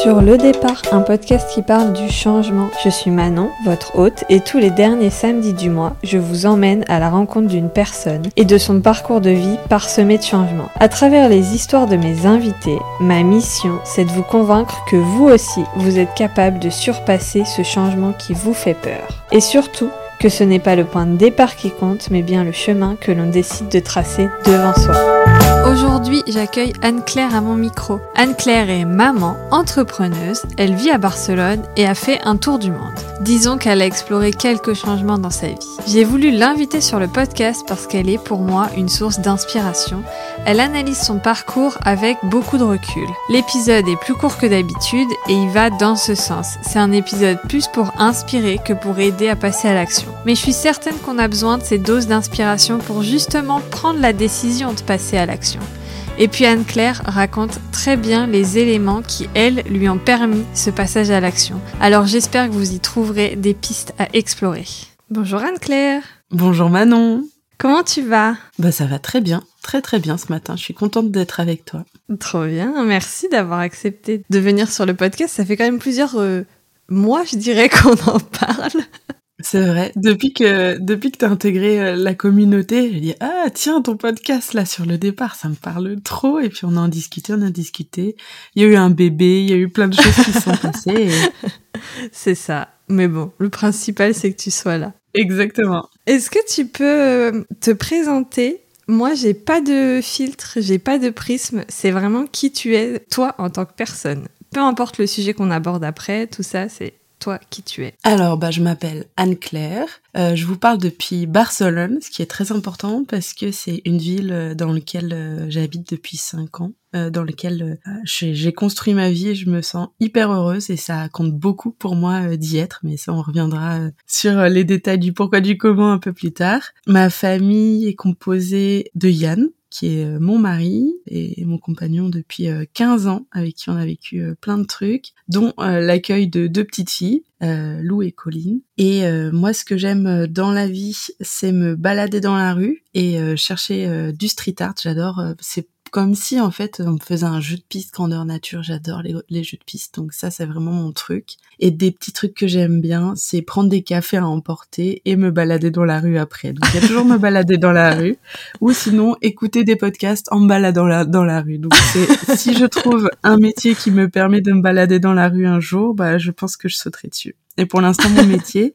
sur Le Départ, un podcast qui parle du changement. Je suis Manon, votre hôte, et tous les derniers samedis du mois, je vous emmène à la rencontre d'une personne et de son parcours de vie parsemé de changements. À travers les histoires de mes invités, ma mission, c'est de vous convaincre que vous aussi, vous êtes capable de surpasser ce changement qui vous fait peur. Et surtout, que ce n'est pas le point de départ qui compte, mais bien le chemin que l'on décide de tracer devant soi. Aujourd'hui, j'accueille Anne-Claire à mon micro. Anne-Claire est maman, entrepreneuse, elle vit à Barcelone et a fait un tour du monde. Disons qu'elle a exploré quelques changements dans sa vie. J'ai voulu l'inviter sur le podcast parce qu'elle est pour moi une source d'inspiration. Elle analyse son parcours avec beaucoup de recul. L'épisode est plus court que d'habitude et il va dans ce sens. C'est un épisode plus pour inspirer que pour aider à passer à l'action. Mais je suis certaine qu'on a besoin de ces doses d'inspiration pour justement prendre la décision de passer à l'action. Et puis Anne-Claire raconte très bien les éléments qui, elle, lui ont permis ce passage à l'action. Alors j'espère que vous y trouverez des pistes à explorer. Bonjour Anne-Claire. Bonjour Manon. Comment tu vas ? Ça va très bien ce matin. Je suis contente d'être avec toi. Trop bien, merci d'avoir accepté de venir sur le podcast. Ça fait quand même plusieurs mois, je dirais, qu'on en parle. C'est vrai, depuis que t'as intégré la communauté, j'ai dit « Ah, tiens, ton podcast, là, sur Le Départ, ça me parle trop !» Et puis on a discuté. Il y a eu un bébé, il y a eu plein de choses qui se sont passées. C'est ça. Mais bon, le principal, c'est que tu sois là. Exactement. Est-ce que tu peux te présenter ? Moi, j'ai pas de filtre, j'ai pas de prisme. C'est vraiment qui tu es, toi, en tant que personne. Peu importe le sujet qu'on aborde après, tout ça, c'est toi qui tu es. Alors, je m'appelle Anne-Claire. Je vous parle depuis Barcelone, ce qui est très important parce que c'est une ville dans laquelle j'habite depuis 5 ans, dans laquelle j'ai construit ma vie et je me sens hyper heureuse et ça compte beaucoup pour moi d'y être, mais ça on reviendra sur les détails du pourquoi du comment un peu plus tard. Ma famille est composée de Yann, qui est mon mari et mon compagnon depuis 15 ans, avec qui on a vécu plein de trucs, dont l'accueil de 2 petites filles, Lou et Colline. Et moi, ce que j'aime dans la vie, c'est me balader dans la rue et chercher du street art. J'adore, c'est comme si en fait on me faisait un jeu de piste grandeur nature. J'adore les jeux de piste, donc ça c'est vraiment mon truc. Et des petits trucs que j'aime bien, c'est prendre des cafés à emporter et me balader dans la rue après. Donc il y a toujours me balader dans la rue, ou sinon écouter des podcasts en me baladant dans la rue. Donc si je trouve un métier qui me permet de me balader dans la rue un jour, je pense que je sauterai dessus. Et pour l'instant, mon métier,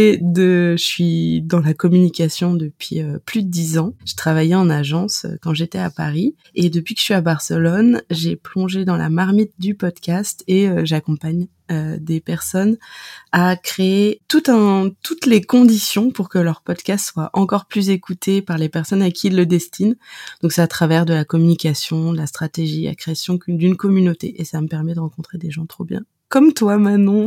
je suis dans la communication depuis plus de 10 ans. Je travaillais en agence quand j'étais à Paris. Et depuis que je suis à Barcelone, j'ai plongé dans la marmite du podcast et j'accompagne des personnes à créer toutes les conditions pour que leur podcast soit encore plus écouté par les personnes à qui ils le destinent. Donc c'est à travers de la communication, de la stratégie, la création d'une communauté. Et ça me permet de rencontrer des gens trop bien. Comme toi, Manon.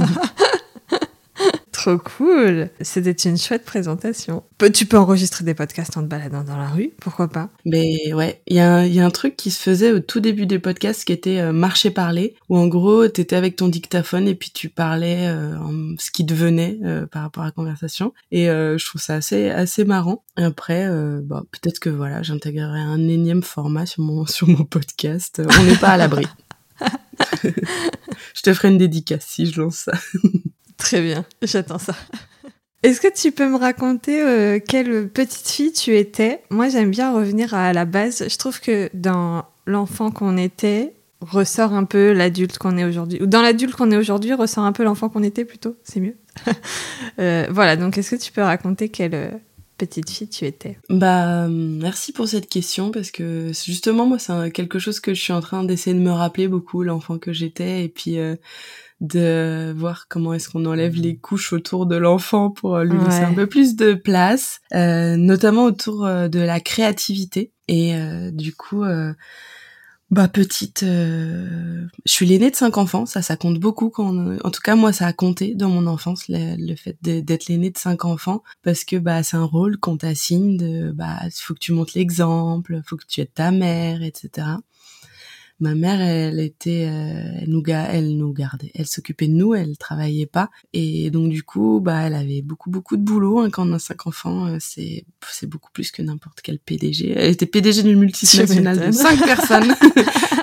Trop cool. C'était une chouette présentation. Tu peux enregistrer des podcasts en te baladant dans la rue, pourquoi pas ? Mais ouais, il y a un truc qui se faisait au tout début des podcasts qui était marcher-parler, où en gros, t'étais avec ton dictaphone et puis tu parlais ce qui te venait par rapport à la conversation. Et je trouve ça assez marrant. Et après, peut-être que voilà, j'intégrerai un énième format sur mon podcast. On n'est pas à l'abri. Je te ferai une dédicace si je lance ça. Très bien, j'attends ça. Est-ce que tu peux me raconter quelle petite fille tu étais ? Moi, j'aime bien revenir à la base. Je trouve que dans l'enfant qu'on était, ressort un peu l'adulte qu'on est aujourd'hui. Ou dans l'adulte qu'on est aujourd'hui, ressort un peu l'enfant qu'on était plutôt. C'est mieux. Voilà, donc est-ce que tu peux raconter quelle petite fille tu étais ? Merci pour cette question parce que justement, moi, c'est quelque chose que je suis en train d'essayer de me rappeler beaucoup, l'enfant que j'étais et puis... de voir comment est-ce qu'on enlève les couches autour de l'enfant pour lui laisser un peu plus de place, notamment autour de la créativité. Et du coup, petite, je suis l'aînée de 5 enfants, ça compte beaucoup. En tout cas, moi, ça a compté dans mon enfance, le fait d'être l'aînée de 5 enfants, parce que c'est un rôle qu'on t'assigne de, faut que tu montres l'exemple, faut que tu aides ta mère, etc. Ma mère, elle nous gardait, elle s'occupait de nous, elle travaillait pas, et donc du coup, elle avait beaucoup de boulot. Quand on a 5 enfants, c'est beaucoup plus que n'importe quel PDG. Elle était PDG d'une multinationale de 5 personnes.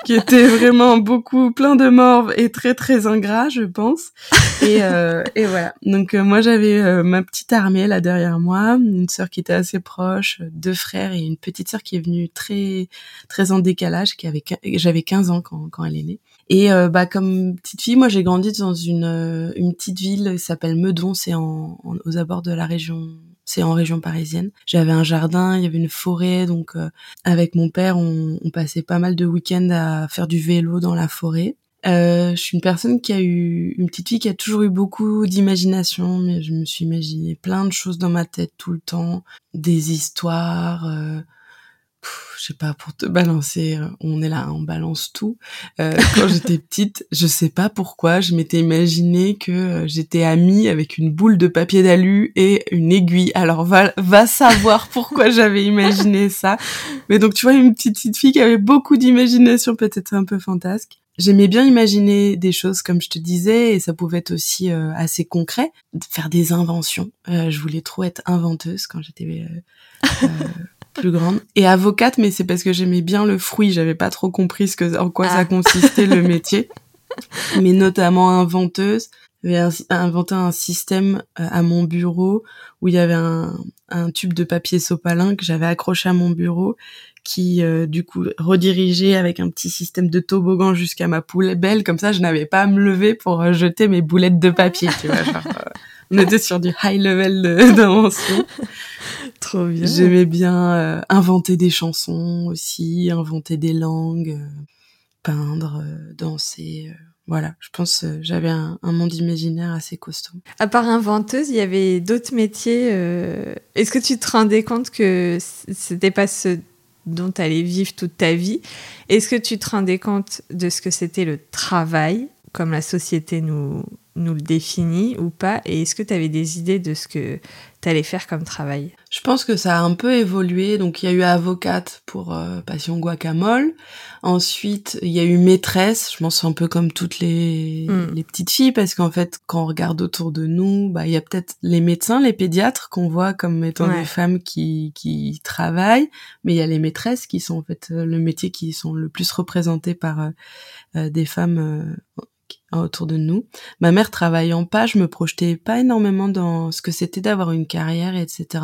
qui était vraiment plein de morve et très très ingrat, je pense. Et voilà. Donc moi j'avais ma petite armée là derrière moi, une sœur qui était assez proche, 2 frères et une petite sœur qui est venue très très en décalage, j'avais 15 ans quand elle est née. Et comme petite fille, moi j'ai grandi dans une petite ville qui s'appelle Meudon, c'est aux abords de la région. C'est en région parisienne. J'avais un jardin, il y avait une forêt, donc avec mon père, on passait pas mal de week-ends à faire du vélo dans la forêt. Je suis une petite fille qui a toujours eu beaucoup d'imagination, mais je me suis imaginé plein de choses dans ma tête tout le temps, des histoires. Je sais pas, pour te balancer, on est là, on balance tout. Quand j'étais petite, je sais pas pourquoi, je m'étais imaginé que j'étais amie avec une boule de papier d'alu et une aiguille. Alors va savoir pourquoi j'avais imaginé ça. Mais donc tu vois, une petite fille qui avait beaucoup d'imagination, peut-être un peu fantasque. J'aimais bien imaginer des choses, comme je te disais, et ça pouvait être aussi assez concret, faire des inventions. Je voulais trop être inventeuse quand j'étais plus grande, et avocate, mais c'est parce que j'aimais bien le fruit, j'avais pas trop compris en quoi ça consistait le métier, mais notamment inventeuse. J'avais inventé un système à mon bureau où il y avait un tube de papier sopalin que j'avais accroché à mon bureau qui du coup redirigeait avec un petit système de toboggan jusqu'à ma poubelle, comme ça je n'avais pas à me lever pour jeter mes boulettes de papier, tu vois, genre on était sur du high level d'invention. Trop bien. J'aimais bien inventer des chansons aussi, inventer des langues, peindre, danser. Voilà, je pense j'avais un monde imaginaire assez costaud. À part inventeuse, il y avait d'autres métiers. Est-ce que tu te rendais compte que c'était pas ce dont tu allais vivre toute ta vie? Est-ce que tu te rendais compte de ce que c'était le travail, comme la société nous le définit ou pas? Et est-ce que tu avais des idées de ce que tu allais faire comme travail? Je pense que ça a un peu évolué. Donc, il y a eu avocate pour Passion Guacamole. Ensuite, il y a eu maîtresse. Je pense un peu comme toutes les petites filles, parce qu'en fait, quand on regarde autour de nous, il y a peut-être les médecins, les pédiatres qu'on voit comme étant des femmes qui travaillent, mais il y a les maîtresses qui sont en fait le métier qui sont le plus représentés par des femmes autour de nous. Ma mère travaillant pas, je me projetais pas énormément dans ce que c'était d'avoir une carrière, etc.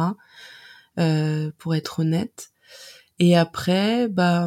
Pour être honnête. Et après,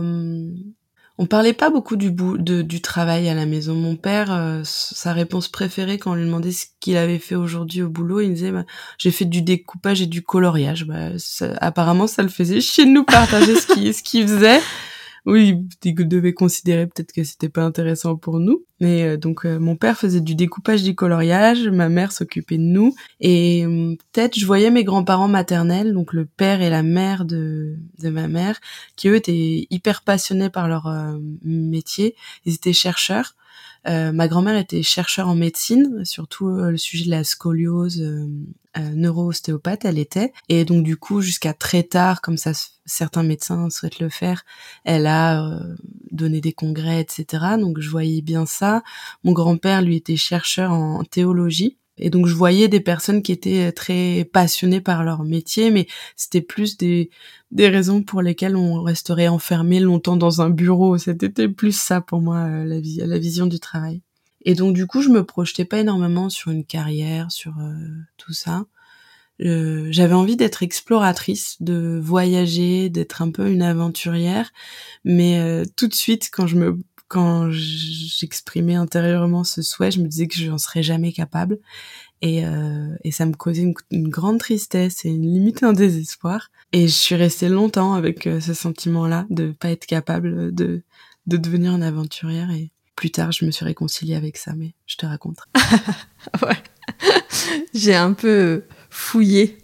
on parlait pas beaucoup du travail à la maison. Mon père, sa réponse préférée quand on lui demandait ce qu'il avait fait aujourd'hui au boulot, il me disait j'ai fait du découpage et du coloriage. Apparemment, ça le faisait chier de nous partager ce qu'il faisait. Oui, il devait considérer peut-être que c'était pas intéressant pour nous. Mais donc mon père faisait du découpage, du coloriage, ma mère s'occupait de nous, et peut-être je voyais mes grands-parents maternels, donc le père et la mère de ma mère, qui eux étaient hyper passionnés par leur métier. Ils étaient chercheurs. Ma grand-mère était chercheure en médecine, surtout le sujet de la scoliose, neuro-ostéopathe, elle était. Et donc du coup, jusqu'à très tard, comme ça certains médecins souhaitent le faire, elle a donné des congrès, etc. Donc je voyais bien ça. Mon grand-père, lui, était chercheur en théologie. Et donc je voyais des personnes qui étaient très passionnées par leur métier, mais c'était plus des raisons pour lesquelles on resterait enfermé longtemps dans un bureau. C'était plus ça pour moi, la vision du travail. Et donc du coup, je me projetais pas énormément sur une carrière, sur tout ça. J'avais envie d'être exploratrice, de voyager, d'être un peu une aventurière, mais tout de suite quand j'exprimais intérieurement ce souhait, je me disais que j'en serais jamais capable, et ça me causait une grande tristesse et limite un désespoir, et je suis restée longtemps avec ce sentiment-là de pas être capable de devenir une aventurière, et plus tard je me suis réconciliée avec ça, mais je te raconte. Ouais. J'ai un peu fouillé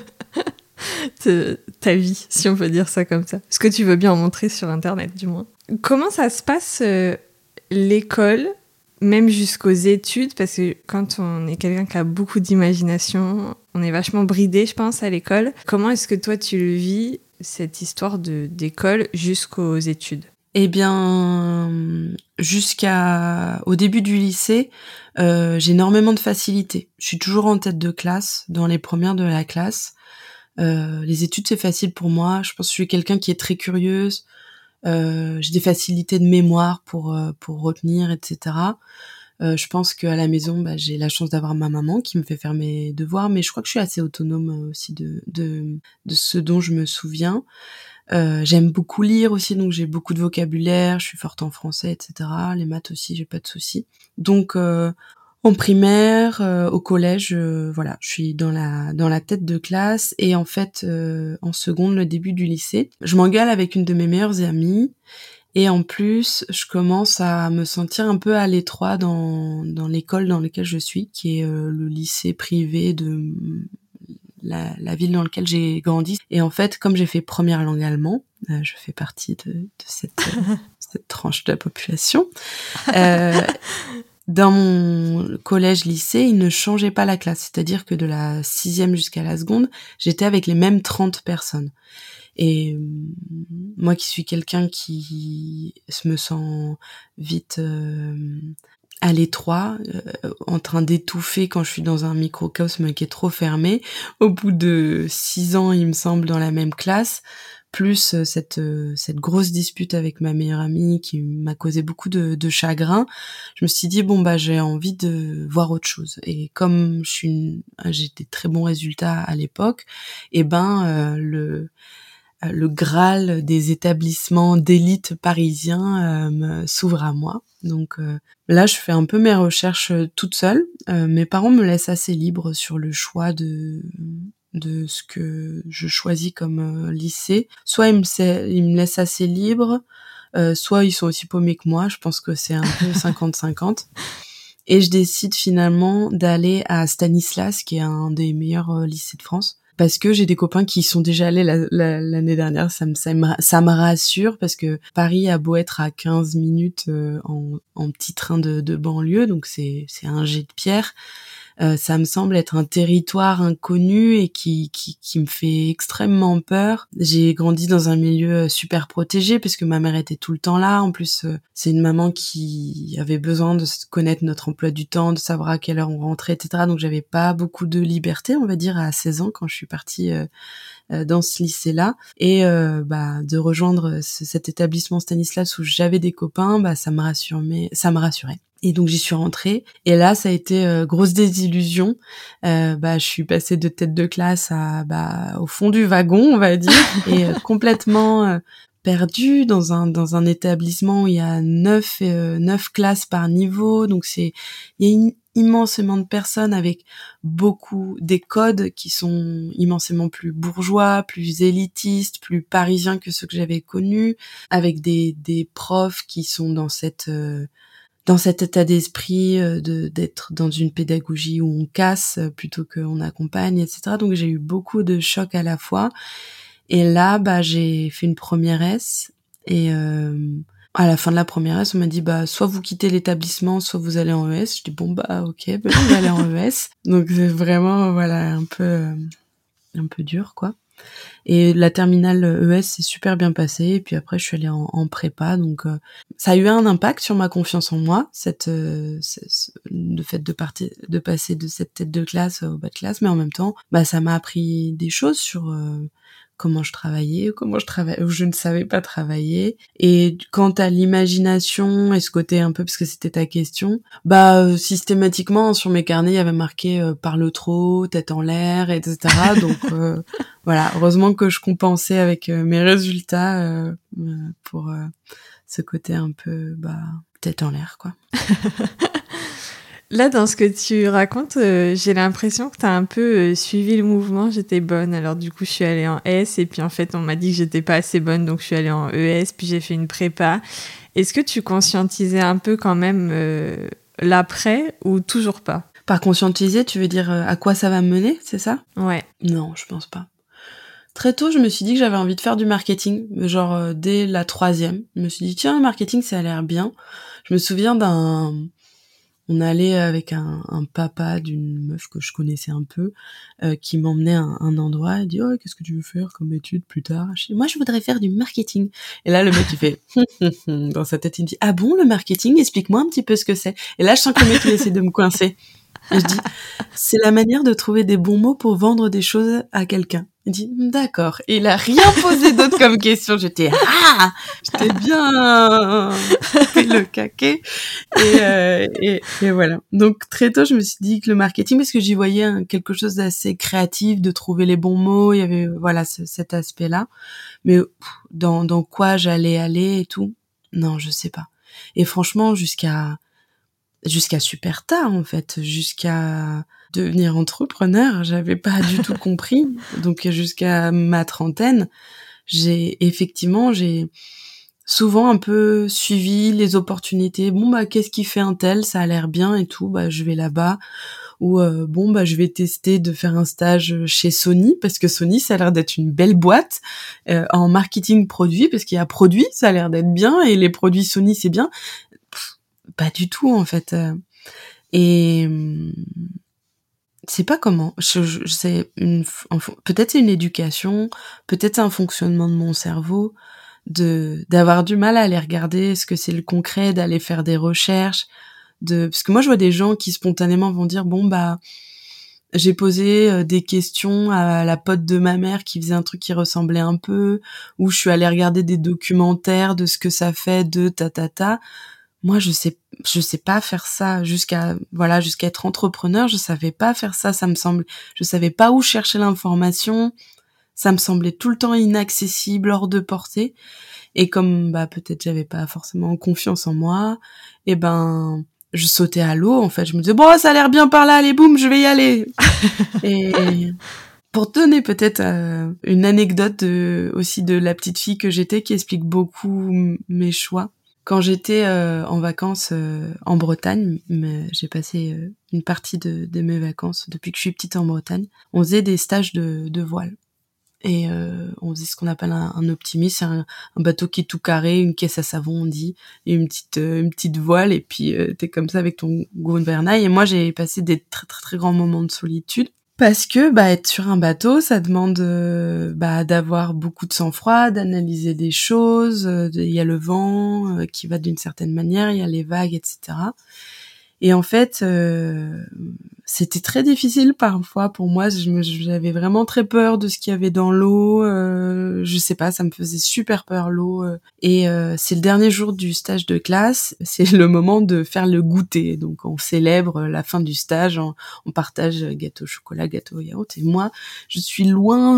ta vie, si on peut dire ça comme ça. Ce que tu veux bien en montrer sur Internet, du moins. Comment ça se passe, l'école, même jusqu'aux études? Parce que quand on est quelqu'un qui a beaucoup d'imagination, on est vachement bridé, je pense, à l'école. Comment est-ce que toi, tu le vis, cette histoire d'école jusqu'aux études? Eh bien, au début du lycée, j'ai énormément de facilité. Je suis toujours en tête de classe, dans les premières de la classe. Les études, c'est facile pour moi. Je pense que je suis quelqu'un qui est très curieuse. J'ai des facilités de mémoire pour retenir, etc. Je pense qu'à la maison, j'ai la chance d'avoir ma maman qui me fait faire mes devoirs, mais je crois que je suis assez autonome aussi de ce dont je me souviens. J'aime beaucoup lire aussi, donc j'ai beaucoup de vocabulaire, je suis forte en français, etc. Les maths aussi, j'ai pas de soucis. Donc en primaire, au collège, voilà, je suis dans la tête de classe, et en fait, en seconde, le début du lycée, je m'engueule avec une de mes meilleures amies. Et en plus, je commence à me sentir un peu à l'étroit dans l'école dans laquelle je suis, qui est le lycée privé de la ville dans laquelle j'ai grandi. Et en fait, comme j'ai fait première langue allemand, je fais partie de cette tranche de la population. Dans mon collège-lycée, ils ne changeaient pas la classe. C'est-à-dire que de la 6e jusqu'à la seconde, j'étais avec les mêmes 30 personnes. Et moi qui suis quelqu'un qui me sent vite à l'étroit, en train d'étouffer quand je suis dans un microcosme qui est trop fermé, au bout de 6 ans, il me semble, dans la même classe, plus cette grosse dispute avec ma meilleure amie qui m'a causé beaucoup de chagrin, je me suis dit j'ai envie de voir autre chose. Et comme j'ai des très bons résultats à l'époque, et le Graal des établissements d'élite parisiens s'ouvre à moi. Donc là, je fais un peu mes recherches toute seule. Mes parents me laissent assez libre sur le choix de ce que je choisis comme lycée. Soit ils me laissent assez libre, soit ils sont aussi paumés que moi. Je pense que c'est un peu 50-50. Et je décide finalement d'aller à Stanislas, qui est un des meilleurs lycées de France. Parce que j'ai des copains qui y sont déjà allés l'année dernière, ça me rassure, parce que Paris a beau être à 15 minutes en petit train de banlieue, donc c'est un jet de pierre. Ça me semble être un territoire inconnu et qui me fait extrêmement peur. J'ai grandi dans un milieu super protégé parce que ma mère était tout le temps là. En plus, c'est une maman qui avait besoin de connaître notre emploi du temps, de savoir à quelle heure on rentrait, etc. Donc j'avais pas beaucoup de liberté, on va dire, à 16 ans quand je suis partie dans ce lycée-là. Et de rejoindre cet établissement Stanislas où j'avais des copains, ça me rassurait. Et donc j'y suis rentrée, et là ça a été grosse désillusion. Je suis passée de tête de classe à au fond du wagon, on va dire, et complètement perdue dans un établissement où il y a 9 classes par niveau. Donc il y a immensément de personnes avec beaucoup des codes qui sont immensément plus bourgeois, plus élitistes, plus parisiens que ceux que j'avais connus, avec des profs qui sont dans cet état d'esprit d'être dans une pédagogie où on casse plutôt qu'on accompagne, etc. Donc j'ai eu beaucoup de chocs à la fois. Et là, j'ai fait une première S, et à la fin de la première S, on m'a dit soit vous quittez l'établissement, soit vous allez en ES. Je dis ok, je vais aller en ES. Donc c'est vraiment un peu dur, quoi. Et la terminale ES s'est super bien passée, et puis après je suis allée en prépa, donc ça a eu un impact sur ma confiance en moi, le fait de passer de cette tête de classe au bas de classe, mais en même temps ça m'a appris des choses sur comment je travaillais, où je ne savais pas travailler. Et quant à l'imagination et ce côté un peu, parce que c'était ta question, systématiquement sur mes carnets il y avait marqué parle trop, tête en l'air, etc. Donc heureusement que je compensais avec mes résultats pour ce côté un peu tête en l'air, quoi. Là, dans ce que tu racontes, j'ai l'impression que tu as un peu suivi le mouvement. J'étais bonne, alors du coup, je suis allée en S, et puis en fait, on m'a dit que j'étais pas assez bonne, donc je suis allée en ES, puis j'ai fait une prépa. Est-ce que tu conscientisais un peu quand même l'après, ou toujours pas ? Par conscientiser, tu veux dire à quoi ça va me mener, c'est ça ? Ouais. Non, je pense pas. Très tôt, je me suis dit que j'avais envie de faire du marketing, genre dès la 3e. Je me suis dit, tiens, le marketing, ça a l'air bien. Je me souviens on allait avec un papa d'une meuf que je connaissais un peu, qui m'emmenait à un endroit. Il dit, qu'est-ce que tu veux faire comme étude plus tard ? Je dis, moi, je voudrais faire du marketing. Et là, le mec, il fait, dans sa tête, il me dit, ah bon, le marketing, explique-moi un petit peu ce que c'est. Et là, je sens que le mec, il essaie de me coincer. Et je dis, c'est la manière de trouver des bons mots pour vendre des choses à quelqu'un. Il dit, d'accord. Et il a rien posé d'autre comme question. J'étais bien coupé le caquet. Et voilà. Donc, très tôt, je me suis dit que le marketing, parce que j'y voyais quelque chose d'assez créatif, de trouver les bons mots. Il y avait, voilà, cet aspect-là. Mais dans quoi j'allais aller et tout, non, je sais pas. Et franchement, jusqu'à super tard en fait, jusqu'à devenir entrepreneur, j'avais pas du tout compris. Donc jusqu'à ma trentaine, j'ai souvent un peu suivi les opportunités. Bon bah qu'est-ce qui fait un tel, ça a l'air bien et tout, bah je vais là-bas. Ou bon bah je vais tester de faire un stage chez Sony parce que Sony ça a l'air d'être une belle boîte en marketing produit parce qu'il y a produit, ça a l'air d'être bien et les produits Sony c'est bien. Pas du tout en fait. Et c'est pas comment. C'est peut-être c'est une éducation, peut-être c'est un fonctionnement de mon cerveau, d'avoir du mal à aller regarder ce que c'est le concret, d'aller faire des recherches, parce que moi je vois des gens qui spontanément vont dire bon bah j'ai posé des questions à la pote de ma mère qui faisait un truc qui ressemblait un peu, ou je suis allée regarder des documentaires de ce que ça fait de ta. Moi, je sais pas faire ça jusqu'à être entrepreneur, je savais pas faire ça, je savais pas où chercher l'information, ça me semblait tout le temps inaccessible, hors de portée. Et comme, bah, peut-être j'avais pas forcément confiance en moi, et ben, je sautais à l'eau, en fait. Je me disais, bon, ça a l'air bien par là, allez, boum, je vais y aller. Et pour te donner peut-être une anecdote aussi de la petite fille que j'étais qui explique beaucoup mes choix. Quand j'étais en vacances en Bretagne, j'ai passé une partie de mes vacances depuis que je suis petite en Bretagne, on faisait des stages de voile. Et on faisait ce qu'on appelle un optimiste, c'est un bateau qui est tout carré, une caisse à savon on dit, et une petite voile, et puis t'es comme ça avec ton gouvernail. Et moi j'ai passé des très très très grands moments de solitude. Parce que bah être sur un bateau, ça demande d'avoir beaucoup de sang-froid, d'analyser des choses. Il y a le vent qui va d'une certaine manière, il y a les vagues, etc. Et en fait, c'était très difficile parfois pour moi. J'avais vraiment très peur de ce qu'il y avait dans l'eau. Je sais pas, ça me faisait super peur l'eau. Et c'est le dernier jour du stage de classe. C'est le moment de faire le goûter. Donc on célèbre la fin du stage. On partage gâteau au chocolat, gâteau au yaourt. Et moi, je suis loin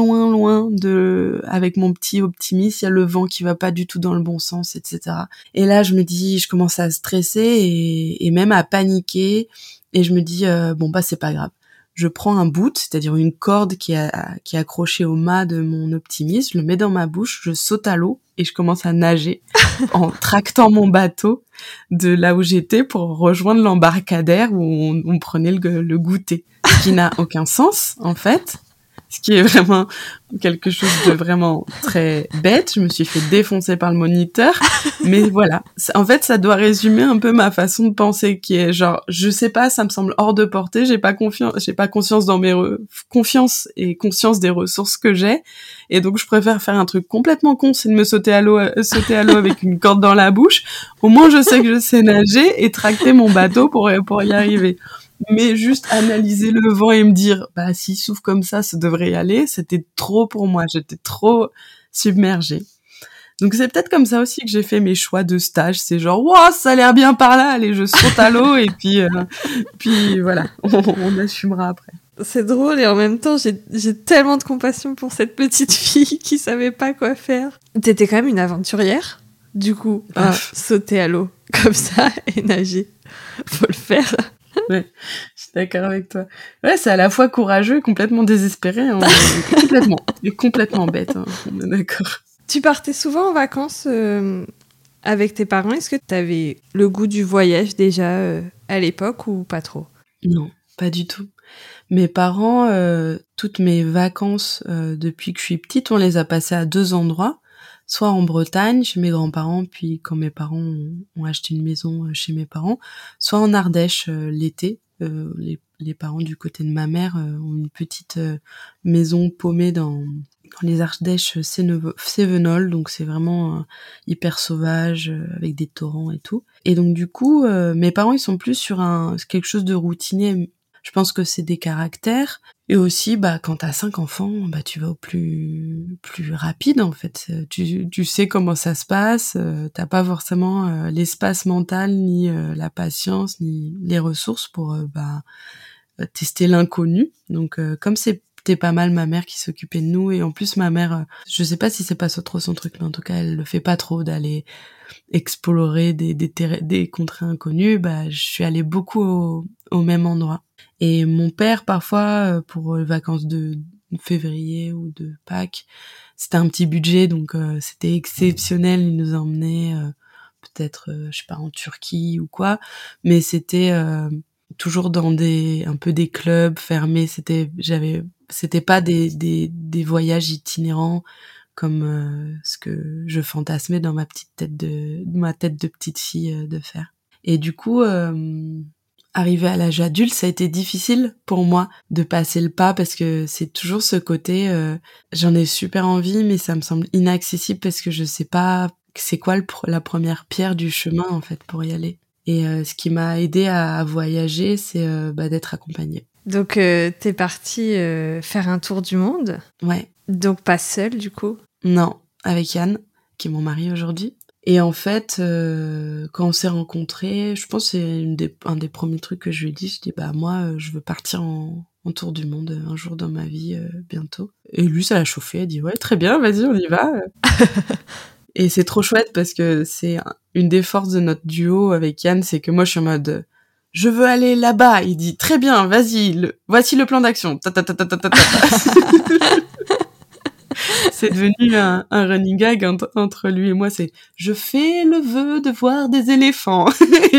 avec mon petit optimiste. Il y a le vent qui va pas du tout dans le bon sens, etc. Et là, je commence à stresser et même à paniquer. Et je me dis, bon bah c'est pas grave. Je prends un boot, c'est-à-dire une corde qui est accrochée au mât de mon optimiste, je le mets dans ma bouche, je saute à l'eau et je commence à nager en tractant mon bateau de là où j'étais pour rejoindre l'embarcadère où on prenait le goûter. Ce qui n'a aucun sens, en fait. Ce qui est vraiment quelque chose de vraiment très bête. Je me suis fait défoncer par le moniteur. Mais voilà. En fait, ça doit résumer un peu ma façon de penser qui est genre, je sais pas, ça me semble hors de portée. J'ai pas conscience dans confiance et conscience des ressources que j'ai. Et donc, je préfère faire un truc complètement con, c'est de me sauter à l'eau avec une corde dans la bouche. Au moins, je sais que je sais nager et tracter mon bateau pour y arriver. Mais juste analyser le vent et me dire, bah, s'il souffle comme ça devrait y aller, c'était trop pour moi. J'étais trop submergée. Donc c'est peut-être comme ça aussi que j'ai fait mes choix de stage. C'est genre, wow, ça a l'air bien par là, allez, je saute à l'eau et puis voilà, on assumera après. C'est drôle et en même temps, j'ai tellement de compassion pour cette petite fille qui savait pas quoi faire. T'étais quand même une aventurière, du coup, sauter à l'eau comme ça et nager. Faut le faire. Ouais, je suis d'accord avec toi. Ouais, c'est à la fois courageux et complètement désespéré. Hein. complètement bête, hein. On est d'accord. Tu partais souvent en vacances avec tes parents. Est-ce que tu avais le goût du voyage déjà à l'époque ou pas trop ? Non, pas du tout. Mes parents, toutes mes vacances depuis que je suis petite, on les a passées à 2 endroits. Soit en Bretagne, chez mes grands-parents, puis quand mes parents ont acheté une maison chez mes parents, soit en Ardèche l'été. Les parents du côté de ma mère ont une petite maison paumée dans dans les Ardèches cévenoles, donc c'est vraiment hyper sauvage, avec des torrents et tout. Et donc du coup, mes parents ils sont plus sur quelque chose de routinier. Je pense que c'est des caractères. Et aussi, quand t'as 5 enfants, tu vas au plus rapide en fait. Tu sais comment ça se passe. T'as pas forcément l'espace mental, ni la patience, ni les ressources pour tester l'inconnu. Donc comme c'était pas mal ma mère qui s'occupait de nous, et en plus ma mère, je sais pas si c'est pas trop son truc, mais en tout cas elle le fait pas trop d'aller explorer des contrées inconnues. Je suis allée beaucoup au même endroit. Et mon père parfois pour les vacances de février ou de Pâques, c'était un petit budget, donc c'était exceptionnel. Il nous emmenait peut-être je sais pas, en Turquie ou quoi, mais c'était toujours dans un peu des clubs fermés. C'était pas des voyages itinérants comme ce que je fantasmais dans ma tête de petite fille de faire. Et du coup, arrivé à l'âge adulte, ça a été difficile pour moi de passer le pas, parce que c'est toujours ce côté, j'en ai super envie, mais ça me semble inaccessible parce que je sais pas c'est quoi la première pierre du chemin en fait pour y aller. Et ce qui m'a aidé à voyager, c'est d'être accompagnée. Donc t'es partie faire un tour du monde. Ouais. Donc pas seule du coup. Non, avec Yann, qui est mon mari aujourd'hui. Et en fait, quand on s'est rencontrés, je pense que c'est un des premiers trucs que je lui ai dit. Je dis moi, je veux partir en tour du monde un jour dans ma vie, bientôt. Et lui, ça l'a chauffé. Elle dit ouais, très bien, vas-y, on y va. Et c'est trop chouette parce que c'est une des forces de notre duo avec Yann, c'est que moi je suis en mode je veux aller là-bas. Il dit très bien, vas-y, voici le plan d'action. C'est devenu un running gag entre lui et moi, c'est je fais le vœu de voir des éléphants.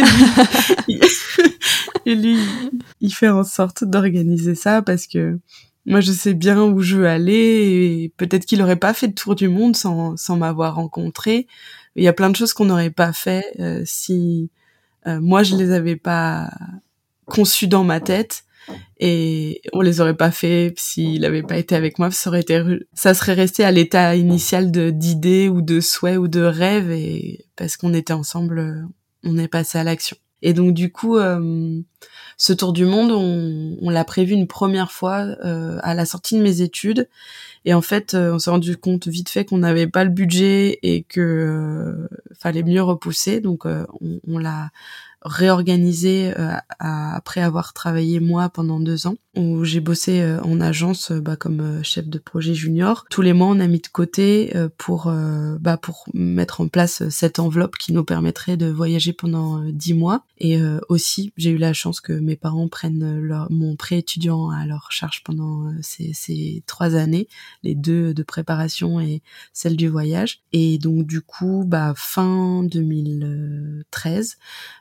et lui, il fait en sorte d'organiser ça parce que moi je sais bien où je veux aller, et peut-être qu'il aurait pas fait le tour du monde sans m'avoir rencontré. Il y a plein de choses qu'on n'aurait pas fait si moi je les avais pas conçues dans ma tête. Et on les aurait pas fait s'il avait pas été avec moi. Ça serait resté à l'état initial d'idées ou de souhaits ou de rêves, et parce qu'on était ensemble, on est passé à l'action. Et donc du coup, ce tour du monde, on l'a prévu une première fois à la sortie de mes études. Et en fait, on s'est rendu compte vite fait qu'on n'avait pas le budget et que fallait mieux repousser. Donc on l'a réorganisé après avoir travaillé moi pendant 2 ans, où j'ai bossé en agence comme chef de projet junior. Tous les mois on a mis de côté pour mettre en place cette enveloppe qui nous permettrait de voyager pendant 10 mois. Et aussi j'ai eu la chance que mes parents prennent mon prêt étudiant à leur charge pendant ces 3 années, les 2 de préparation et celle du voyage. Et donc du coup fin 2013,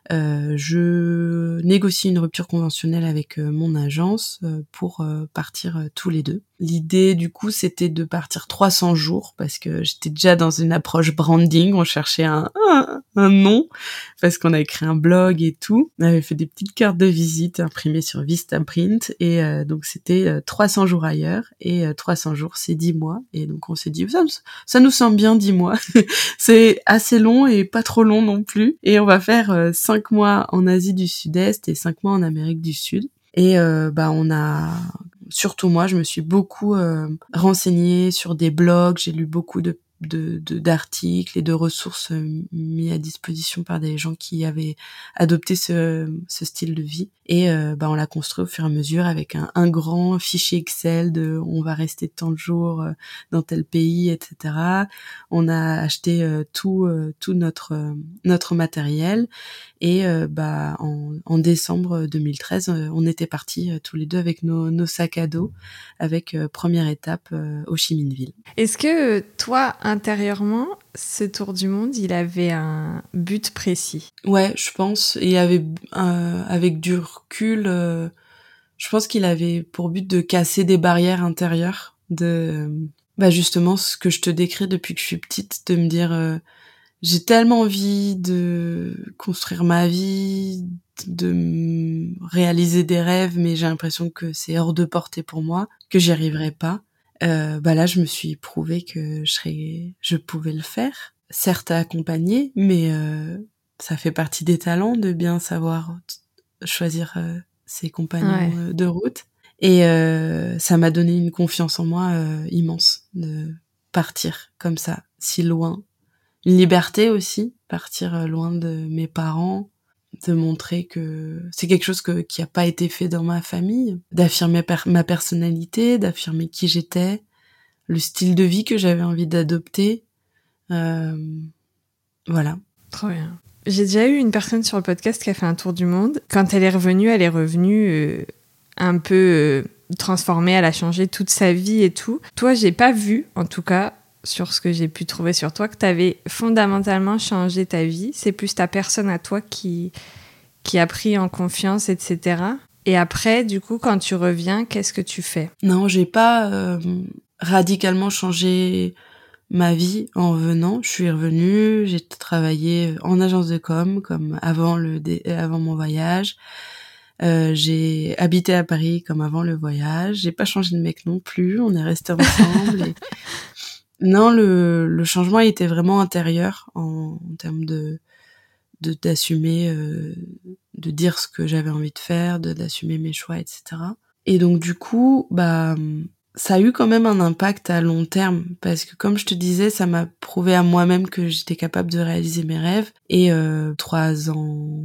je négocie une rupture conventionnelle avec mon agence pour partir tous les deux. L'idée du coup c'était de partir 300 jours parce que j'étais déjà dans une approche branding, on cherchait un nom parce qu'on avait créé un blog et tout. On avait fait des petites cartes de visite imprimées sur Vistaprint, et donc c'était 300 jours ailleurs, et 300 jours c'est 10 mois, et donc on s'est dit ça nous semble bien 10 mois. C'est assez long et pas trop long non plus, et on va faire 5 mois en Asie du Sud-Est et 5 mois en Amérique du Sud. Et on a, surtout moi, je me suis beaucoup renseignée sur des blogs, j'ai lu beaucoup d'articles et de ressources mis à disposition par des gens qui avaient adopté ce style de vie. Et on l'a construit au fur et à mesure avec un grand fichier Excel de on va rester tant de jours dans tel pays, etc. On a acheté tout notre matériel, et en décembre 2013 on était partis tous les deux avec nos sacs à dos, avec première étape Ho Chi Minh Ville. Est-ce que toi intérieurement ce tour du monde il avait un but précis? Ouais, je pense. Et avec du recul, je pense qu'il avait pour but de casser des barrières intérieures, de justement ce que je te décris depuis que je suis petite, de me dire j'ai tellement envie de construire ma vie, de réaliser des rêves, mais j'ai l'impression que c'est hors de portée pour moi, que j'y arriverai pas. Là, je me suis prouvé que je pouvais le faire. Certes accompagné, mais ça fait partie des talents de bien savoir choisir ses compagnons de route. Et ça m'a donné une confiance en moi immense de partir comme ça, si loin. Une liberté aussi, partir loin de mes parents, de montrer que c'est quelque chose qui a pas été fait dans ma famille, d'affirmer ma personnalité, d'affirmer qui j'étais, le style de vie que j'avais envie d'adopter. Voilà. Trop bien. J'ai déjà eu une personne sur le podcast qui a fait un tour du monde. Quand elle est revenue un peu transformée, elle a changé toute sa vie et tout. Toi, j'ai pas vu, en tout cas, sur ce que j'ai pu trouver sur toi, que t'avais fondamentalement changé ta vie. C'est plus ta personne à toi qui a pris en confiance, etc. Et après, du coup, quand tu reviens, qu'est-ce que tu fais ? Non, j'ai pas radicalement changé ma vie en venant. Je suis revenue, j'ai travaillé en agence de com, comme avant mon voyage. J'ai habité à Paris comme avant le voyage. J'ai pas changé de mec non plus. On est restés ensemble. Non, le changement était vraiment intérieur en termes d'assumer, de dire ce que j'avais envie de faire, d'assumer mes choix, etc. Et donc du coup, ça a eu quand même un impact à long terme parce que comme je te disais, ça m'a prouvé à moi-même que j'étais capable de réaliser mes rêves. Et 3 ans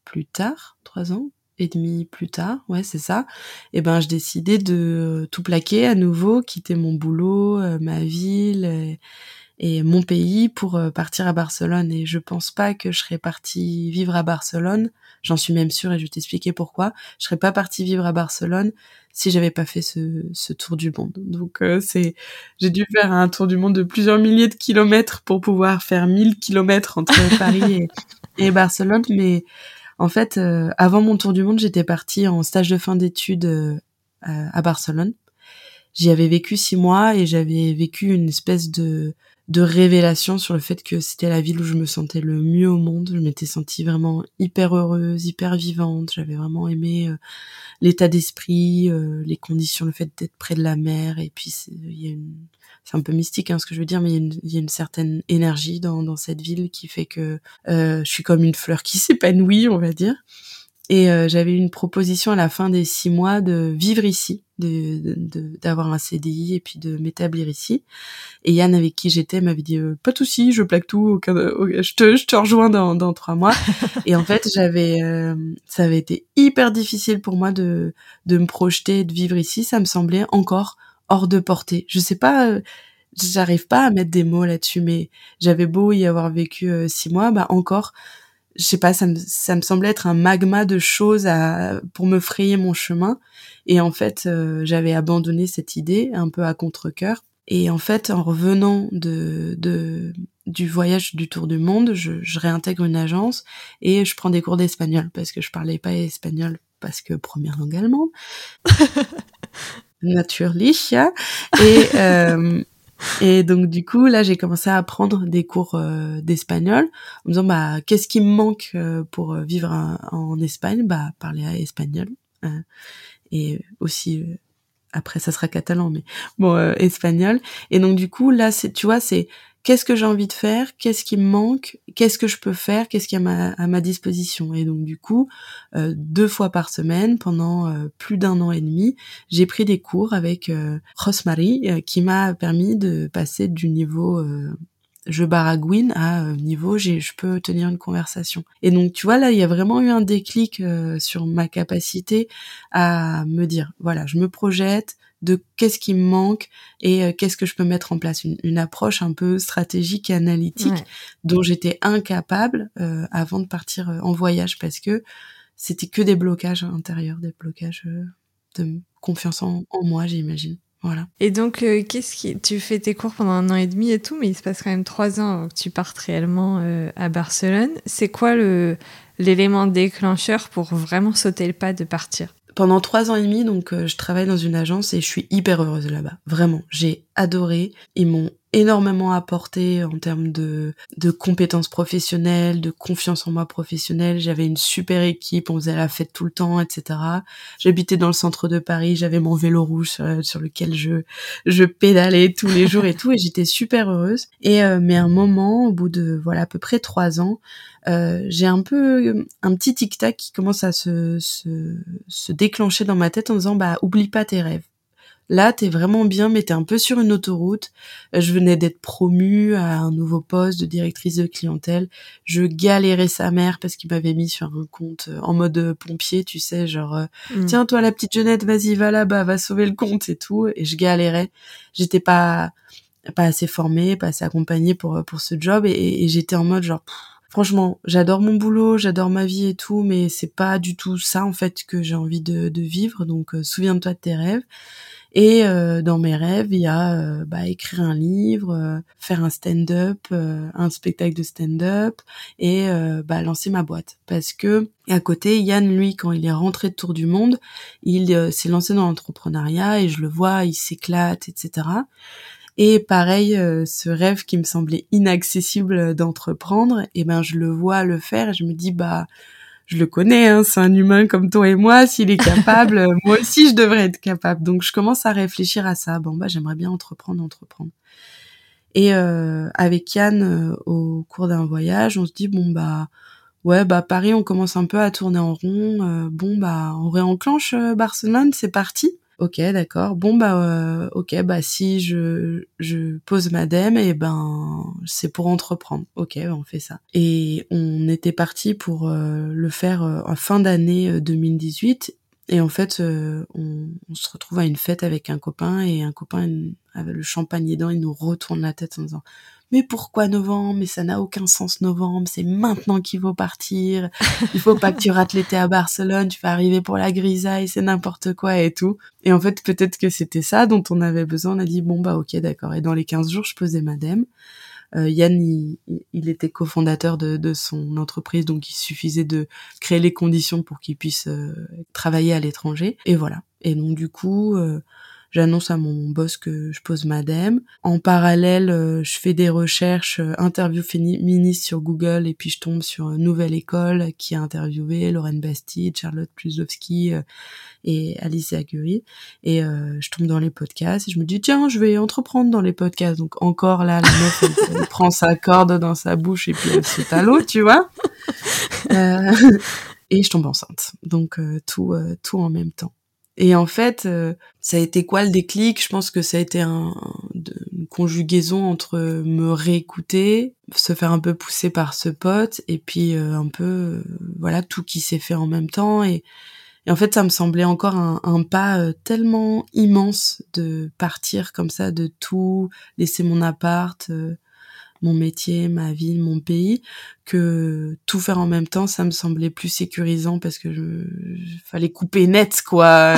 et demi plus tard, ouais c'est ça, et je décidais de tout plaquer à nouveau, quitter mon boulot, ma ville et mon pays pour partir à Barcelone. Et je pense pas que je serais partie vivre à Barcelone, j'en suis même sûre et je vais t'expliquer pourquoi. Je serais pas partie vivre à Barcelone si j'avais pas fait ce tour du monde. Donc j'ai dû faire un tour du monde de plusieurs milliers de kilomètres pour pouvoir faire 1000 kilomètres entre Paris et Barcelone. Mais en fait, avant mon tour du monde, j'étais partie en stage de fin d'études à Barcelone. J'y avais vécu 6 mois et j'avais vécu une espèce de révélation sur le fait que c'était la ville où je me sentais le mieux au monde. Je m'étais sentie vraiment hyper heureuse, hyper vivante. J'avais vraiment aimé l'état d'esprit, les conditions, le fait d'être près de la mer. Et puis c'est un peu mystique ce que je veux dire, mais il y a une certaine énergie dans cette ville qui fait que je suis comme une fleur qui s'épanouit, on va dire. Et j'avais eu une proposition à la fin des 6 mois de vivre ici, d'avoir un CDI et puis de m'établir ici. Et Yann, avec qui j'étais, m'avait dit pas de souci, je plaque tout, je te rejoins dans 3 mois. Et en fait, ça avait été hyper difficile pour moi de me projeter, de vivre ici. Ça me semblait encore hors de portée. Je sais pas, j'arrive pas à mettre des mots là-dessus, mais j'avais beau y avoir vécu 6 mois, encore. Je sais pas, ça me semblait être un magma de choses pour me frayer mon chemin. Et en fait, j'avais abandonné cette idée un peu à contre-cœur. Et en fait, en revenant du voyage du tour du monde, je réintègre une agence et je prends des cours d'espagnol parce que je parlais pas espagnol parce que première langue allemande. Natürlich, ja. Et donc du coup là j'ai commencé à prendre des cours d'espagnol en me disant qu'est-ce qui me manque pour vivre en Espagne, parler espagnol et aussi après ça sera catalan mais bon espagnol. Et donc du coup là c'est qu'est-ce que j'ai envie de faire, qu'est-ce qui me manque, qu'est-ce que je peux faire, qu'est-ce qui est à ma disposition. Et donc du coup 2 fois par semaine pendant plus d'1 an et demi, j'ai pris des cours avec Rosmarie qui m'a permis de passer du niveau je baragouine à niveau je peux tenir une conversation. Et donc tu vois là il y a vraiment eu un déclic sur ma capacité à me dire voilà, je me projette de qu'est-ce qui me manque et qu'est-ce que je peux mettre en place, une approche un peu stratégique et analytique dont j'étais incapable avant de partir en voyage parce que c'était que des blocages intérieurs, des blocages de confiance en moi, j'imagine. Voilà. Et donc, tu fais tes cours pendant 1 an et demi et tout, mais il se passe quand même 3 ans avant que tu partes réellement à Barcelone. C'est quoi l'élément déclencheur pour vraiment sauter le pas de partir ? Pendant 3 ans et demi, donc je travaille dans une agence et je suis hyper heureuse là-bas. Vraiment, j'ai adoré. Ils m'ont énormément apporté en termes de compétences professionnelles, de confiance en moi professionnelle. J'avais une super équipe, on faisait la fête tout le temps, etc. J'habitais dans le centre de Paris, j'avais mon vélo rouge sur lequel je pédalais tous les jours et tout, et j'étais super heureuse. Et mais à un moment, au bout de à peu près 3 ans, j'ai un petit tic-tac qui commence à se déclencher dans ma tête en disant oublie pas tes rêves. Là, t'es vraiment bien, mais t'es un peu sur une autoroute. Je venais d'être promue à un nouveau poste de directrice de clientèle. Je galérais sa mère parce qu'il m'avait mis sur un compte en mode pompier, tu sais, genre tiens, toi la petite jeunette, vas-y, va là-bas, va sauver le compte et tout. Et je galérais. J'étais pas assez formée, pas assez accompagnée pour ce job, et j'étais en mode genre franchement, j'adore mon boulot, j'adore ma vie et tout, mais c'est pas du tout ça en fait que j'ai envie de vivre. Donc souviens-toi de tes rêves. Et dans mes rêves, il y a écrire un livre, faire un stand-up, un spectacle de stand-up, et lancer ma boîte. Parce que à côté, Yann, lui, quand il est rentré de tour du monde, il s'est lancé dans l'entrepreneuriat, et je le vois, il s'éclate, etc. Et pareil, ce rêve qui me semblait inaccessible d'entreprendre, et je le vois le faire, et je me dis je le connais, hein, c'est un humain comme toi et moi, s'il est capable, moi aussi je devrais être capable. Donc je commence à réfléchir à ça. J'aimerais bien entreprendre. Et avec Yann, au cours d'un voyage, on se dit Paris, on commence un peu à tourner en rond. On réenclenche Barcelone, c'est parti. Ok, d'accord. Si je pose ma dème, c'est pour entreprendre. Ok, on fait ça. Et on était parti pour le faire en fin d'année 2018. Et en fait, on se retrouve à une fête avec un copain, et un copain avec le champagne dedans, il nous retourne la tête en disant mais pourquoi novembre? Mais ça n'a aucun sens novembre, c'est maintenant qu'il faut partir. Il faut pas que tu rates l'été à Barcelone, tu vas arriver pour la grisaille, c'est n'importe quoi et tout. Et en fait, peut-être que c'était ça dont on avait besoin. On a dit ok, d'accord. Et dans les 15 jours, je posais ma dème. Yann, il était cofondateur de son entreprise, donc il suffisait de créer les conditions pour qu'il puisse travailler à l'étranger. Et voilà. Et donc du coup, j'annonce à mon boss que je pose ma dème. En parallèle, je fais des recherches, interview féministes sur Google, et puis je tombe sur Nouvelle École qui a interviewé Lorraine Bastide, Charlotte Plusowski et Alice Aguirre. Et je tombe dans les podcasts, et je me dis tiens, je vais entreprendre dans les podcasts. Donc encore là, la meuf elle prend sa corde dans sa bouche et puis elle saute à l'eau, tu vois. Et je tombe enceinte. Donc tout en même temps. Et en fait, ça a été quoi le déclic? Je pense que ça a été une conjugaison entre me réécouter, se faire un peu pousser par ce pote, et puis un peu tout qui s'est fait en même temps. Et en fait, ça me semblait encore un pas tellement immense de partir comme ça, de tout laisser, mon appart, mon métier, ma ville, mon pays, que tout faire en même temps, ça me semblait plus sécurisant, parce que fallait couper net, quoi.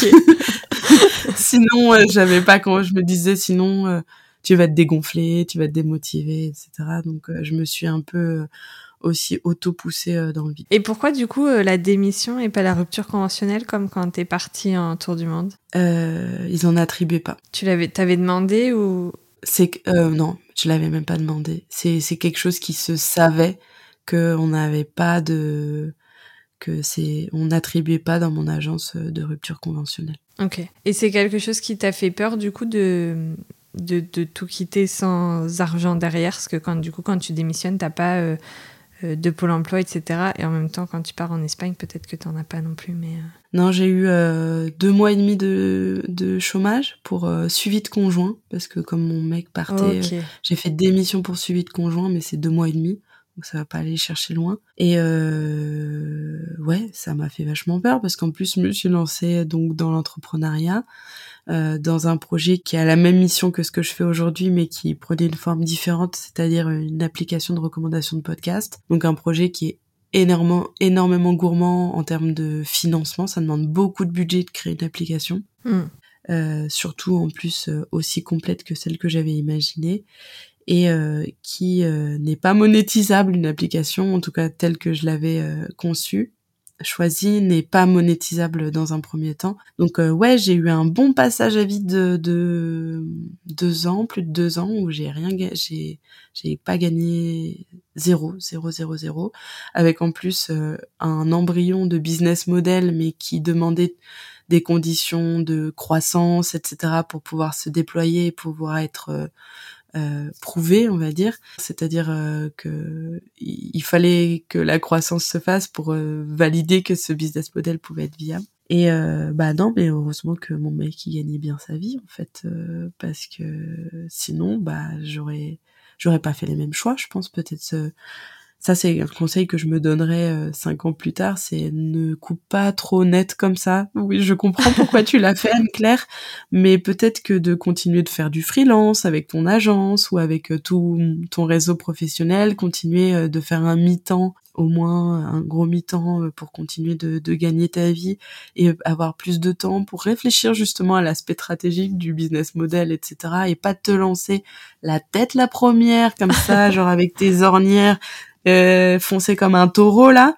Sinon, j'avais pas, quand je me disais, sinon, tu vas te dégonfler, tu vas te démotiver, etc. Donc, je me suis un peu aussi auto-poussée dans le vide. Et pourquoi, du coup, la démission et pas la rupture conventionnelle, comme quand t'es partie en tour du monde? Ils en attribuaient pas. T'avais demandé ou... Non, je l'avais même pas demandé. C'est quelque chose qui se savait, qu'on n'avait pas on n'attribuait pas dans mon agence de rupture conventionnelle. Ok. Et c'est quelque chose qui t'a fait peur, du coup, de tout quitter sans argent derrière, parce que quand tu démissionnes, t'as pas de Pôle emploi, etc. Et en même temps, quand tu pars en Espagne, peut-être que t'en as pas non plus, mais... Non, j'ai eu 2 mois et demi de chômage pour suivi de conjoint, parce que comme mon mec partait, Okay. J'ai fait démission pour suivi de conjoint, mais c'est 2 mois et demi, donc ça va pas aller chercher loin. Et ça m'a fait vachement peur, parce qu'en plus, je me suis lancée donc dans l'entrepreneuriat, dans un projet qui a la même mission que ce que je fais aujourd'hui, mais qui prenait une forme différente, c'est-à-dire une application de recommandation de podcast. Donc un projet qui est énormément gourmand en termes de financement. Ça demande beaucoup de budget de créer une application. Surtout en plus aussi complète que celle que j'avais imaginée, et qui n'est pas monétisable, une application, en tout cas telle que je l'avais conçue. choisi n'est pas monétisable dans un premier temps. Donc ouais, j'ai eu un bon passage à vide de 2 ans, plus de 2 ans, où j'ai pas gagné zéro, avec en plus un embryon de business model, mais qui demandait des conditions de croissance, etc., pour pouvoir se déployer, pouvoir être prouvé, on va dire. C'est-à-dire que il fallait que la croissance se fasse pour valider que ce business model pouvait être viable. Et non, mais heureusement que mon mec il gagnait bien sa vie en fait, parce que sinon j'aurais pas fait les mêmes choix. Je pense peut-être ça c'est un conseil que je me donnerais 5 ans plus tard, c'est ne coupe pas trop net comme ça. Oui, je comprends pourquoi tu l'as fait, Anne-Claire, mais peut-être que de continuer de faire du freelance avec ton agence ou avec tout ton réseau professionnel, continuer de faire un mi-temps, au moins un gros mi-temps pour continuer de gagner ta vie et avoir plus de temps pour réfléchir justement à l'aspect stratégique du business model, etc. Et pas te lancer la tête la première comme ça, genre avec tes ornières foncer comme un taureau là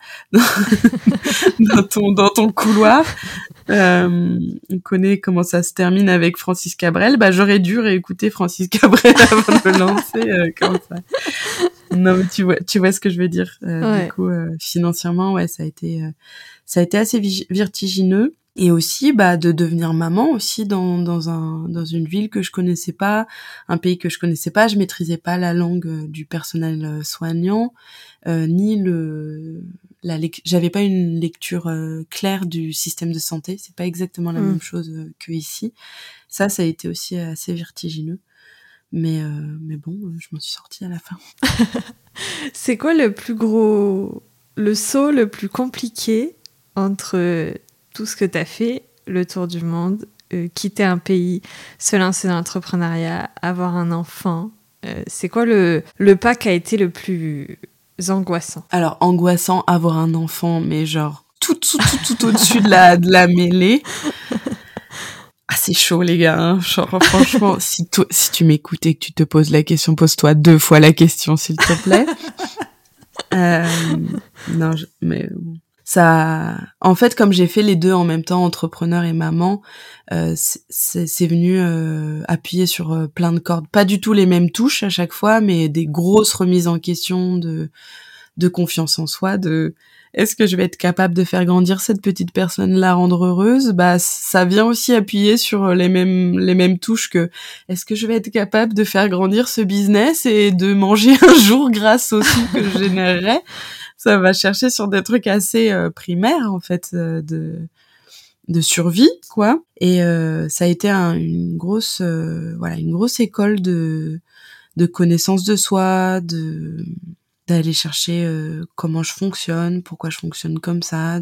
dans ton couloir. On connaît comment ça se termine avec Francis Cabrel. J'aurais dû réécouter Francis Cabrel avant de me lancer comme ça. Non, mais tu vois ce que je veux dire. Ouais. Du coup, financièrement, ouais, ça a été assez vertigineux. Et aussi, de devenir maman aussi dans une ville que je connaissais pas, un pays que je connaissais pas. Je maîtrisais pas la langue du personnel soignant, ni j'avais pas une lecture claire du système de santé. C'est pas exactement la même chose que ici. Ça a été aussi assez vertigineux. Mais bon, je m'en suis sortie à la fin. C'est quoi le saut le plus compliqué entre tout ce que t'as fait, le tour du monde, quitter un pays, se lancer dans l'entrepreneuriat, avoir un enfant? C'est quoi le pas qui a été le plus angoissant? Alors, angoissant, avoir un enfant, mais genre tout au-dessus de la mêlée. Ah, c'est chaud, les gars, hein. Genre, franchement, si tu m'écoutes et que tu te poses la question, pose-toi 2 fois la question, s'il te plaît. Non, mais bon. Ça, en fait, comme j'ai fait les deux en même temps, entrepreneur et maman, c'est venu appuyer sur plein de cordes. Pas du tout les mêmes touches à chaque fois, mais des grosses remises en question de confiance en soi, est-ce que je vais être capable de faire grandir cette petite personne, la rendre heureuse? Ça vient aussi appuyer sur les mêmes touches que est-ce que je vais être capable de faire grandir ce business et de manger un jour grâce aux sous que je générerai? Ça va chercher sur des trucs assez primaires en fait de survie quoi. Et ça a été une grosse école de connaissance de soi, d'aller chercher comment je fonctionne, pourquoi je fonctionne comme ça,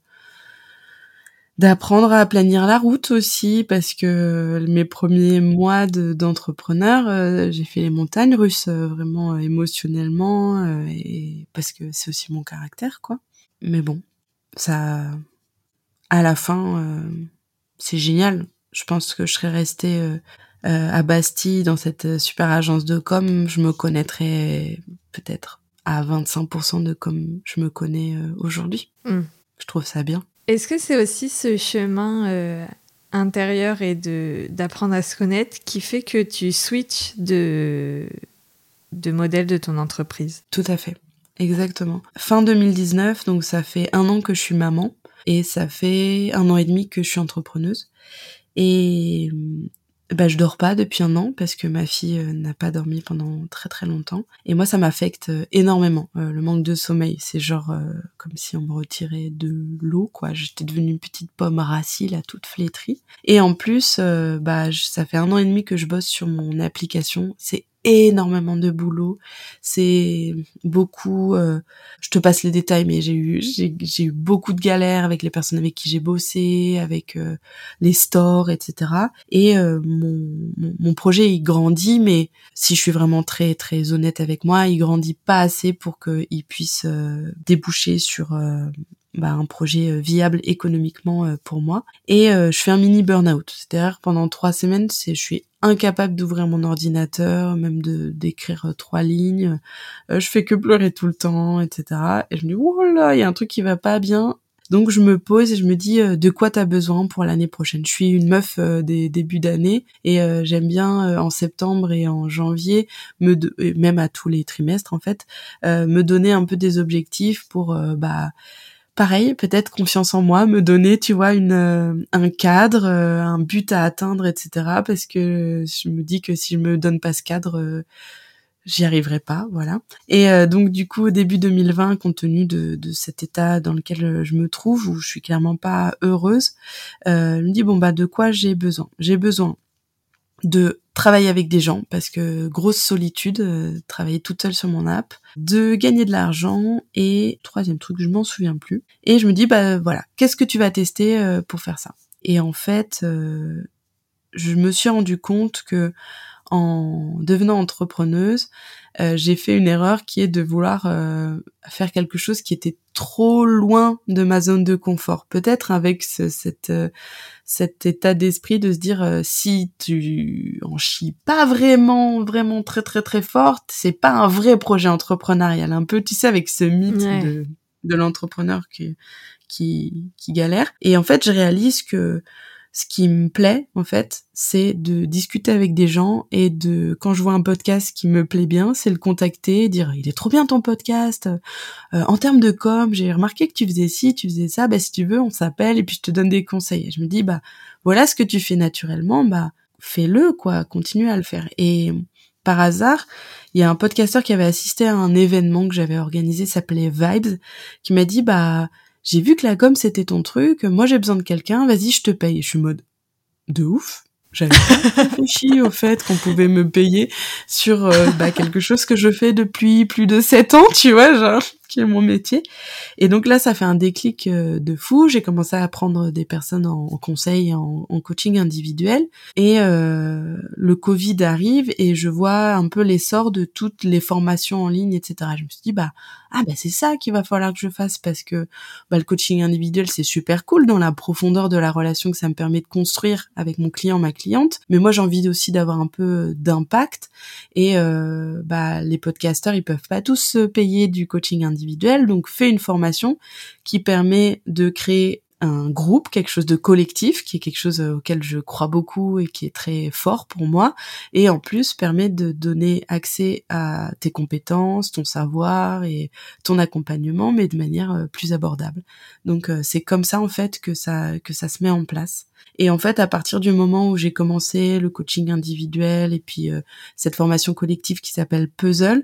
d'apprendre à planir la route aussi, parce que mes premiers mois d'entrepreneur, j'ai fait les montagnes russes vraiment émotionnellement et parce que c'est aussi mon caractère quoi. Mais bon, ça à la fin c'est génial. Je pense que je serais restée à Bastille dans cette super agence de com, je me connaîtrais peut-être à 25% de comme je me connais aujourd'hui. Je trouve ça bien. Est-ce que c'est aussi ce chemin intérieur et d'apprendre à se connaître qui fait que tu switches de modèle de ton entreprise? Tout à fait, exactement. Fin 2019, donc ça fait 1 an que je suis maman et ça fait 1 an et demi que je suis entrepreneuse. Et je dors pas depuis 1 an parce que ma fille n'a pas dormi pendant très très longtemps. Et moi, ça m'affecte énormément. Le manque de sommeil, c'est genre comme si on me retirait de l'eau, quoi. J'étais devenue une petite pomme rassie, là, toute flétrie. Et en plus, ça fait 1 an et demi que je bosse sur mon application. C'est énormément de boulot, c'est beaucoup je te passe les détails, mais j'ai eu beaucoup de galères avec les personnes avec qui j'ai bossé, avec les stores, etc. Et mon projet il grandit, mais si je suis vraiment très très honnête avec moi, il grandit pas assez pour qu'il puisse déboucher sur un projet viable économiquement pour moi. Et je fais un mini burn-out, c'est-à-dire pendant 3 semaines, je suis incapable d'ouvrir mon ordinateur, même d'écrire 3 lignes. Je fais que pleurer tout le temps, etc. Et je me dis, oh là, il y a un truc qui va pas bien. Donc je me pose et je me dis de quoi t'as besoin pour l'année prochaine. Je suis une meuf des débuts d'année et j'aime bien en septembre et en janvier et même à tous les trimestres en fait me donner un peu des objectifs pour pareil, peut-être confiance en moi, me donner, tu vois, un cadre, un but à atteindre, etc. Parce que je me dis que si je me donne pas ce cadre, j'y arriverai pas, voilà. Et donc du coup, au début 2020, compte tenu de cet état dans lequel je me trouve, où je suis clairement pas heureuse, je me dis de quoi j'ai besoin ? J'ai besoin de travailler avec des gens parce que grosse solitude, travailler toute seule sur mon app, de gagner de l'argent et troisième truc, je m'en souviens plus. Et je me dis voilà, qu'est-ce que tu vas tester pour faire ça ? Et en fait, je me suis rendu compte que en devenant entrepreneuse, j'ai fait une erreur qui est de vouloir faire quelque chose qui était trop loin de ma zone de confort. Peut-être avec cet état d'esprit de se dire si tu en chies pas vraiment très très très fort, c'est pas un vrai projet entrepreneurial. Un peu, tu sais, avec ce mythe de l'entrepreneur qui galère. Et en fait, je réalise que ce qui me plaît, en fait, c'est de discuter avec des gens et quand je vois un podcast qui me plaît bien, c'est le contacter, dire il est trop bien ton podcast. En termes de com, j'ai remarqué que tu faisais ci, tu faisais ça. Si tu veux, on s'appelle et puis je te donne des conseils. Et je me dis voilà ce que tu fais naturellement, fais-le quoi, continue à le faire. Et par hasard, il y a un podcasteur qui avait assisté à un événement que j'avais organisé, s'appelait Vibes, qui m'a dit j'ai vu que la com c'était ton truc, moi j'ai besoin de quelqu'un, vas-y je te paye. Et je suis mode de ouf. J'avais pas réfléchi au fait qu'on pouvait me payer sur quelque chose que je fais depuis plus de 7 ans, tu vois, genre, qui est mon métier. Et donc là, ça fait un déclic de fou. J'ai commencé à prendre des personnes en conseil, en coaching individuel. Et le Covid arrive et je vois un peu l'essor de toutes les formations en ligne, etc. Je me suis dit, c'est ça qu'il va falloir que je fasse parce que le coaching individuel, c'est super cool dans la profondeur de la relation que ça me permet de construire avec mon client, ma cliente. Mais moi, j'ai envie aussi d'avoir un peu d'impact. Et les podcasteurs, ils peuvent pas tous se payer du coaching individuel. Donc, fais une formation qui permet de créer un groupe, quelque chose de collectif, qui est quelque chose auquel je crois beaucoup et qui est très fort pour moi, et en plus permet de donner accès à tes compétences, ton savoir et ton accompagnement, mais de manière plus abordable. Donc c'est comme ça en fait que ça se met en place. Et en fait, à partir du moment où j'ai commencé le coaching individuel et puis cette formation collective qui s'appelle Puzzle,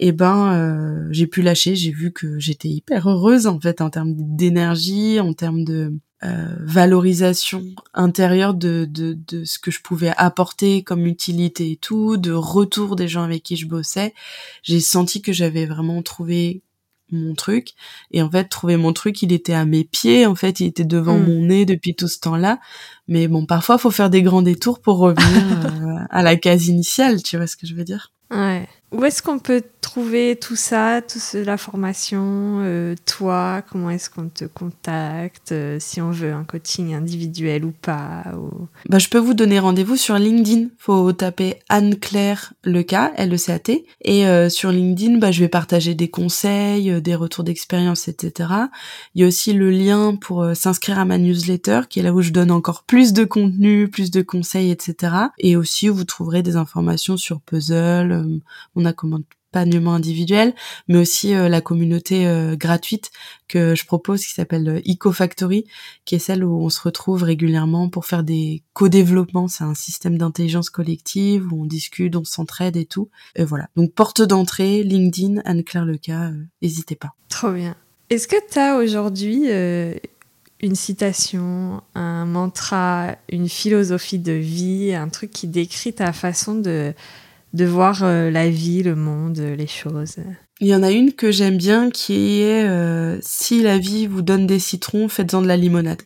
j'ai pu lâcher. J'ai vu que j'étais hyper heureuse en fait en termes d'énergie, en termes de valorisation intérieure de ce que je pouvais apporter comme utilité et tout, de retour des gens avec qui je bossais. J'ai senti que j'avais vraiment trouvé mon truc, et en fait trouver mon truc, il était à mes pieds, en fait il était devant mon nez depuis tout ce temps-là, mais parfois faut faire des grands détours pour revenir à la case initiale, tu vois ce que je veux dire? Ouais. Où est-ce qu'on peut trouver tout ça, la formation, toi, comment est-ce qu'on te contacte, si on veut un coaching individuel ou pas Je peux vous donner rendez-vous sur LinkedIn. Faut taper Anne-Claire Lecat, L-E-C-A-T. Et sur LinkedIn, je vais partager des conseils, des retours d'expérience, etc. Il y a aussi le lien pour s'inscrire à ma newsletter, qui est là où je donne encore plus de contenu, plus de conseils, etc. Et aussi où vous trouverez des informations sur Puzzle, mon accompagnement individuel, mais aussi la communauté gratuite que je propose qui s'appelle EcoFactory, qui est celle où on se retrouve régulièrement pour faire des co-développements. C'est un système d'intelligence collective où on discute, on s'entraide et tout. Et voilà. Donc porte d'entrée, LinkedIn, Anne-Claire Lecat, n'hésitez pas. Trop bien. Est-ce que tu as aujourd'hui une citation, un mantra, une philosophie de vie, un truc qui décrit ta façon de voir la vie, le monde, les choses? Il y en a une que j'aime bien qui est si la vie vous donne des citrons, faites-en de la limonade.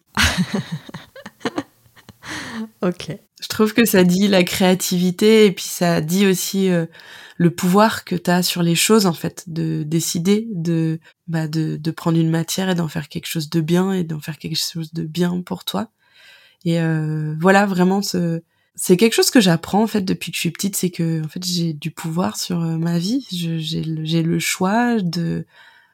Ok. Je trouve que ça dit la créativité et puis ça dit aussi le pouvoir que t'as sur les choses en fait, de décider de prendre une matière et d'en faire quelque chose de bien et d'en faire quelque chose de bien pour toi. Et voilà, vraiment c'est quelque chose que j'apprends en fait depuis que je suis petite, c'est que en fait j'ai du pouvoir sur ma vie, j'ai le choix de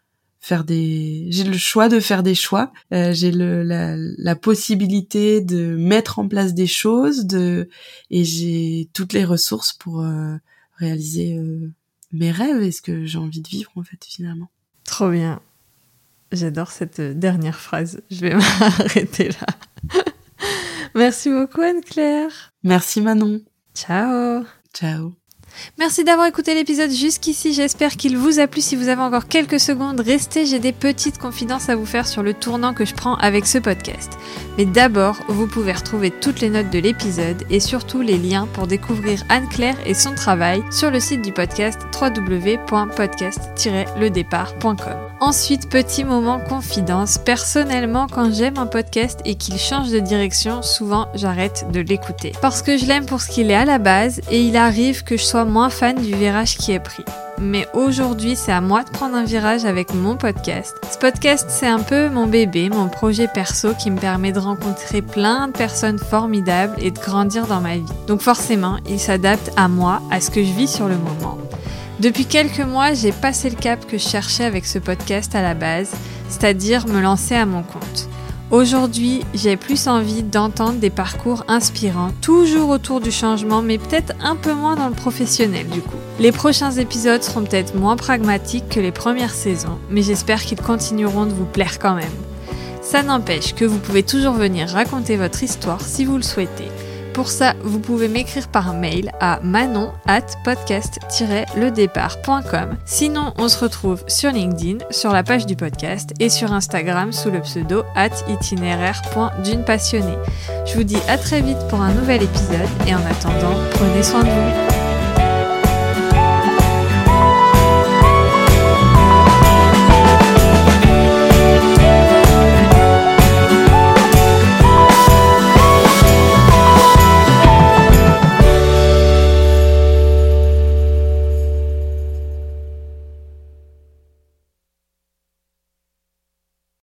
j'ai le choix de faire des choix, j'ai la possibilité de mettre en place des choses, et j'ai toutes les ressources pour réaliser mes rêves et ce que j'ai envie de vivre en fait finalement. Trop bien. J'adore cette dernière phrase. Je vais m'arrêter là. Merci beaucoup Anne-Claire. Merci Manon. Ciao. Ciao. Merci d'avoir écouté l'épisode jusqu'ici, j'espère qu'il vous a plu. Si vous avez encore quelques secondes, restez, j'ai des petites confidences à vous faire sur le tournant que je prends avec ce podcast. Mais d'abord, vous pouvez retrouver toutes les notes de l'épisode et surtout les liens pour découvrir Anne-Claire et son travail sur le site du podcast www.podcast-ledépart.com. Ensuite, petit moment confidence, personnellement quand j'aime un podcast et qu'il change de direction, souvent j'arrête de l'écouter. Parce que je l'aime pour ce qu'il est à la base et il arrive que je sois moins fan du virage qui est pris. Mais aujourd'hui, c'est à moi de prendre un virage avec mon podcast. Ce podcast, c'est un peu mon bébé, mon projet perso qui me permet de rencontrer plein de personnes formidables et de grandir dans ma vie. Donc forcément, il s'adapte à moi, à ce que je vis sur le moment. Depuis quelques mois, j'ai passé le cap que je cherchais avec ce podcast à la base, c'est-à-dire me lancer à mon compte. Aujourd'hui, j'ai plus envie d'entendre des parcours inspirants, toujours autour du changement, mais peut-être un peu moins dans le professionnel du coup. Les prochains épisodes seront peut-être moins pragmatiques que les premières saisons, mais j'espère qu'ils continueront de vous plaire quand même. Ça n'empêche que vous pouvez toujours venir raconter votre histoire si vous le souhaitez. Pour ça, vous pouvez m'écrire par mail à manon@podcast-ledépart.com. Sinon, on se retrouve sur LinkedIn, sur la page du podcast et sur Instagram sous le pseudo @itinéraire.dunepassionnée. Je vous dis à très vite pour un nouvel épisode et en attendant, prenez soin de vous.